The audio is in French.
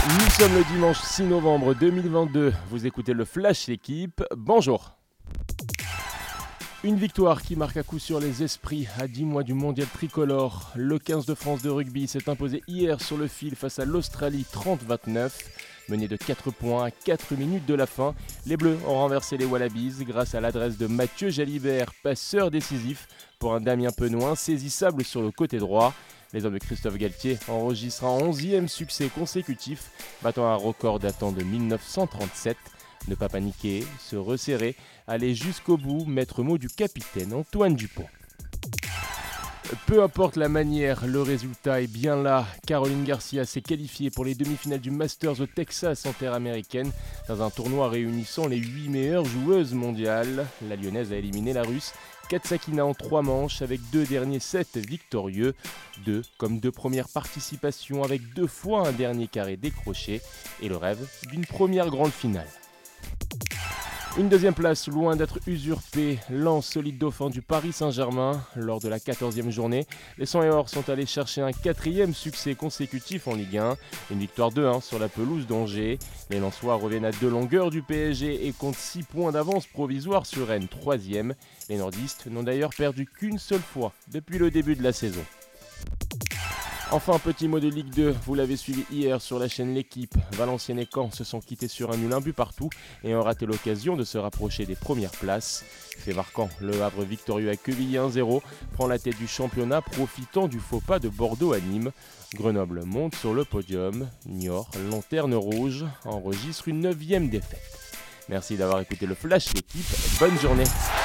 Nous sommes le dimanche 6 novembre 2022, vous écoutez le Flash Équipe, bonjour. Une victoire qui marque à coup sûr les esprits à 10 mois du mondial tricolore. Le 15 de France de rugby s'est imposé hier sur le fil face à l'Australie 30-29. Mené de 4 points à 4 minutes de la fin, les Bleus ont renversé les Wallabies grâce à l'adresse de Mathieu Jalibert, passeur décisif pour un Damien Penaud insaisissable sur le côté droit. Les hommes de Christophe Galtier enregistrent un 11e succès consécutif, battant un record datant de 1937. Ne pas paniquer, se resserrer, aller jusqu'au bout, maître mot du capitaine Antoine Dupont. Peu importe la manière, le résultat est bien là. Caroline Garcia s'est qualifiée pour les demi-finales du Masters au Texas en terre américaine dans un tournoi réunissant les 8 meilleures joueuses mondiales. La Lyonnaise a éliminé la Russe Katsakina en 3 manches avec 2 derniers sets victorieux. 2 comme 2 premières participations avec 2 fois un dernier carré décroché et le rêve d'une première grande finale. Une deuxième place loin d'être usurpée, Lens, solide dauphin du Paris Saint-Germain. Lors de la 14e journée, les 100 et or sont allés chercher un 4e succès consécutif en Ligue 1. Une victoire 2-1 sur la pelouse d'Angers. Les Lensois reviennent à 2 longueurs du PSG et comptent 6 points d'avance provisoire sur Rennes 3e. Les nordistes n'ont d'ailleurs perdu qu'une seule fois depuis le début de la saison. Enfin, petit mot de Ligue 2, vous l'avez suivi hier sur la chaîne L'Équipe. Valenciennes et Caen se sont quittés sur un nul 1 but partout et ont raté l'occasion de se rapprocher des premières places. Fait marquant, le Havre victorieux à Quevilly 1-0 prend la tête du championnat profitant du faux pas de Bordeaux à Nîmes. Grenoble monte sur le podium. Niort, lanterne rouge, enregistre une 9e défaite. Merci d'avoir écouté le Flash L'Équipe, bonne journée.